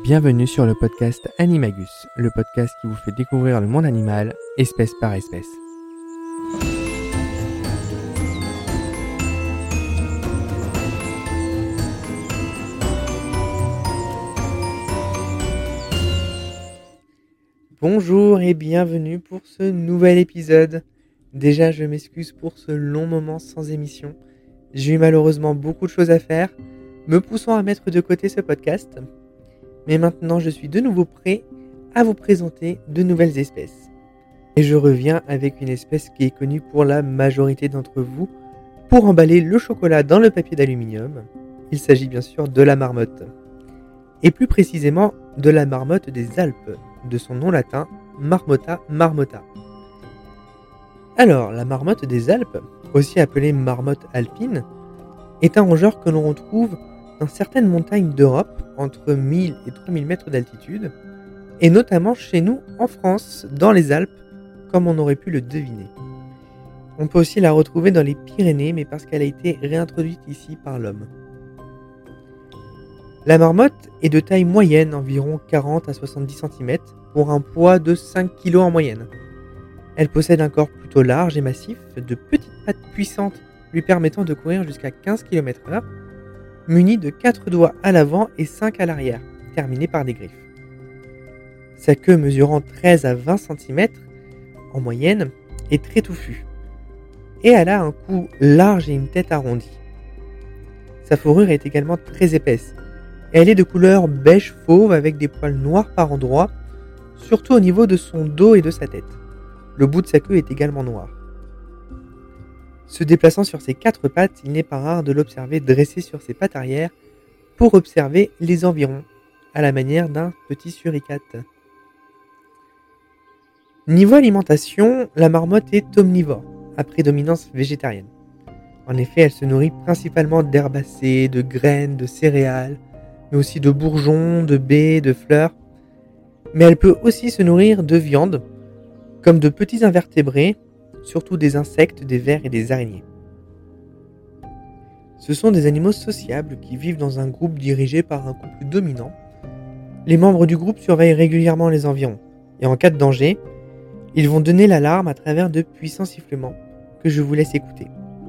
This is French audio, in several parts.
Bienvenue sur le podcast Animagus, le podcast qui vous fait découvrir le monde animal, espèce par espèce. Bonjour et bienvenue pour ce nouvel épisode. Déjà, je m'excuse pour ce long moment sans émission. J'ai eu malheureusement beaucoup de choses à faire, me poussant à mettre de côté ce podcast. Mais maintenant, je suis de nouveau prêt à vous présenter de nouvelles espèces. Et je reviens avec une espèce qui est connue pour la majorité d'entre vous pour emballer le chocolat dans le papier d'aluminium. Il s'agit bien sûr de la marmotte. Et plus précisément de la marmotte des Alpes, de son nom latin Marmota marmota. Alors, la marmotte des Alpes, aussi appelée marmotte alpine, est un rongeur que l'on retrouve dans certaines montagnes d'Europe, entre 1000 et 3000 mètres d'altitude, et notamment chez nous en France, dans les Alpes, comme on aurait pu le deviner. On peut aussi la retrouver dans les Pyrénées, mais parce qu'elle a été réintroduite ici par l'homme. La marmotte est de taille moyenne, environ 40 à 70 cm, pour un poids de 5 kg en moyenne. Elle possède un corps plutôt large et massif, de petites pattes puissantes lui permettant de courir jusqu'à 15 km/h, muni de 4 doigts à l'avant et 5 à l'arrière, terminés par des griffes. Sa queue mesurant 13 à 20 cm en moyenne est très touffue. Et elle a un cou large et une tête arrondie. Sa fourrure est également très épaisse. Elle est de couleur beige fauve avec des poils noirs par endroits, surtout au niveau de son dos et de sa tête. Le bout de sa queue est également noir. Se déplaçant sur ses 4 pattes, il n'est pas rare de l'observer dressé sur ses pattes arrière pour observer les environs, à la manière d'un petit suricate. Niveau alimentation, la marmotte est omnivore, à prédominance végétarienne. En effet, elle se nourrit principalement d'herbacées, de graines, de céréales, mais aussi de bourgeons, de baies, de fleurs. Mais elle peut aussi se nourrir de viande, comme de petits invertébrés, surtout des insectes, des vers et des araignées. Ce sont des animaux sociables qui vivent dans un groupe dirigé par un couple dominant. Les membres du groupe surveillent régulièrement les environs, et en cas de danger, ils vont donner l'alarme à travers de puissants sifflements que je vous laisse écouter.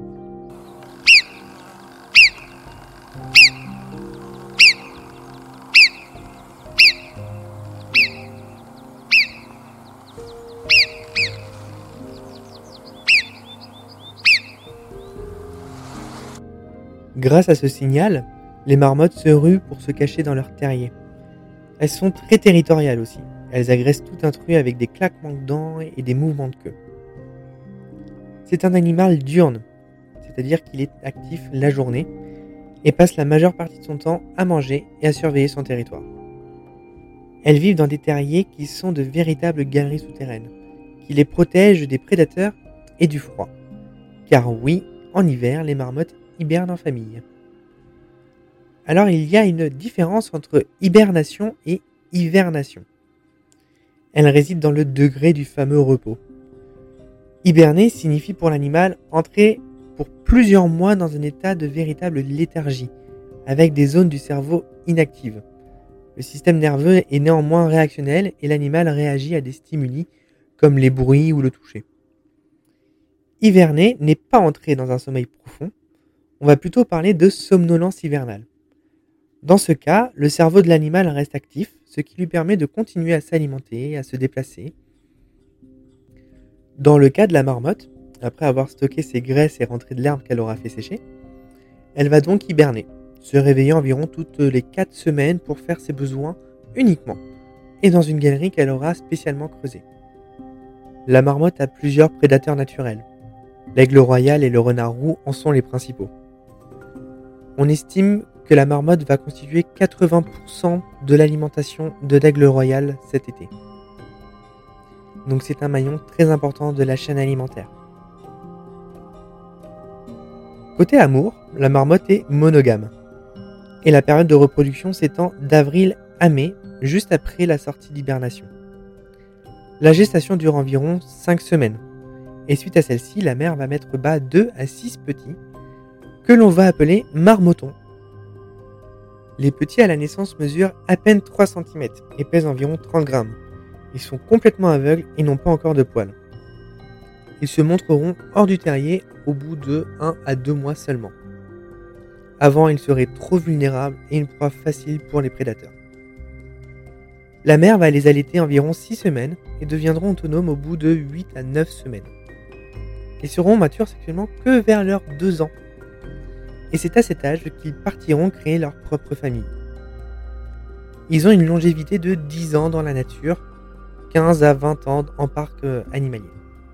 Grâce à ce signal, les marmottes se ruent pour se cacher dans leur terrier. Elles sont très territoriales aussi. Elles agressent tout intrus avec des claquements de dents et des mouvements de queue. C'est un animal diurne, c'est-à-dire qu'il est actif la journée et passe la majeure partie de son temps à manger et à surveiller son territoire. Elles vivent dans des terriers qui sont de véritables galeries souterraines, qui les protègent des prédateurs et du froid. Car oui, en hiver, les marmottes hibernent en famille. Alors il y a une différence entre hibernation et hivernation. Elle réside dans le degré du fameux repos. Hiberner signifie pour l'animal entrer pour plusieurs mois dans un état de véritable léthargie, avec des zones du cerveau inactives. Le système nerveux est néanmoins réactionnel et l'animal réagit à des stimuli comme les bruits ou le toucher. Hiverner n'est pas entrer dans un sommeil profond, on va plutôt parler de somnolence hivernale. Dans ce cas, le cerveau de l'animal reste actif, ce qui lui permet de continuer à s'alimenter, à se déplacer. Dans le cas de la marmotte, après avoir stocké ses graisses et rentré de l'herbe qu'elle aura fait sécher, elle va donc hiberner, se réveiller environ toutes les 4 semaines pour faire ses besoins uniquement, et dans une galerie qu'elle aura spécialement creusée. La marmotte a plusieurs prédateurs naturels. L'aigle royal et le renard roux en sont les principaux. On estime que la marmotte va constituer 80% de l'alimentation de l'aigle royal cet été. Donc c'est un maillon très important de la chaîne alimentaire. Côté amour, la marmotte est monogame. Et la période de reproduction s'étend d'avril à mai, juste après la sortie d'hibernation. La gestation dure environ 5 semaines. Et suite à celle-ci, la mère va mettre bas 2 à 6 petits que l'on va appeler marmottons. Les petits à la naissance mesurent à peine 3 cm et pèsent environ 30 grammes. Ils sont complètement aveugles et n'ont pas encore de poils. Ils se montreront hors du terrier au bout de 1 à 2 mois seulement. Avant, ils seraient trop vulnérables et une proie facile pour les prédateurs. La mère va les allaiter environ 6 semaines et deviendront autonomes au bout de 8 à 9 semaines. Ils seront matures sexuellement que vers leurs 2 ans. Et c'est à cet âge qu'ils partiront créer leur propre famille. Ils ont une longévité de 10 ans dans la nature, 15 à 20 ans en parc animalier.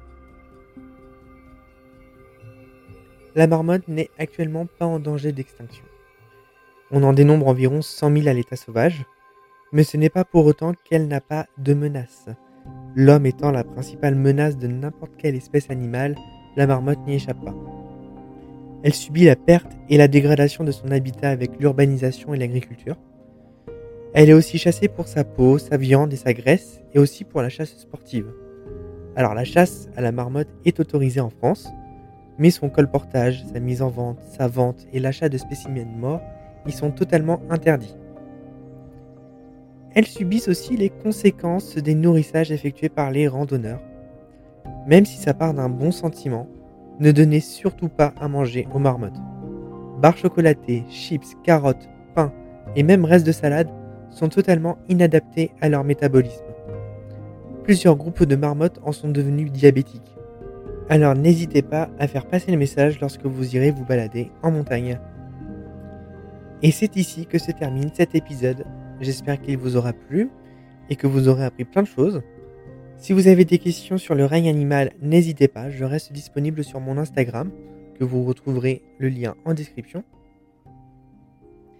La marmotte n'est actuellement pas en danger d'extinction. On en dénombre environ 100 000 à l'état sauvage, mais ce n'est pas pour autant qu'elle n'a pas de menace. L'homme étant la principale menace de n'importe quelle espèce animale, la marmotte n'y échappe pas. Elle subit la perte et la dégradation de son habitat avec l'urbanisation et l'agriculture. Elle est aussi chassée pour sa peau, sa viande et sa graisse, et aussi pour la chasse sportive. Alors la chasse à la marmotte est autorisée en France, mais son colportage, sa mise en vente, sa vente et l'achat de spécimens morts y sont totalement interdits. Elles subissent aussi les conséquences des nourrissages effectués par les randonneurs. Même si ça part d'un bon sentiment, ne donnez surtout pas à manger aux marmottes. Barres chocolatées, chips, carottes, pain et même restes de salade sont totalement inadaptés à leur métabolisme. Plusieurs groupes de marmottes en sont devenus diabétiques. Alors n'hésitez pas à faire passer le message lorsque vous irez vous balader en montagne. Et c'est ici que se termine cet épisode. J'espère qu'il vous aura plu et que vous aurez appris plein de choses. Si vous avez des questions sur le règne animal, n'hésitez pas, je reste disponible sur mon Instagram, que vous retrouverez le lien en description.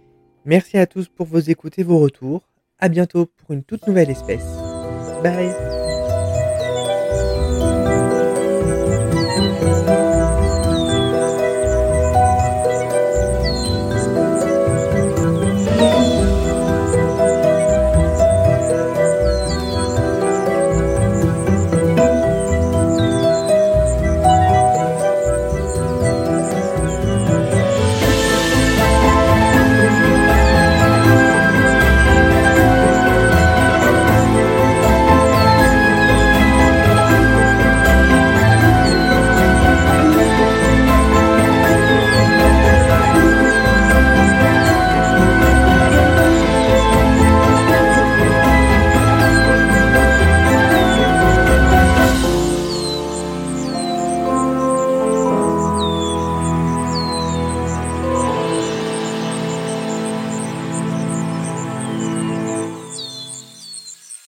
Merci à tous pour vos écoutes et vos retours. À bientôt pour une toute nouvelle espèce. Bye!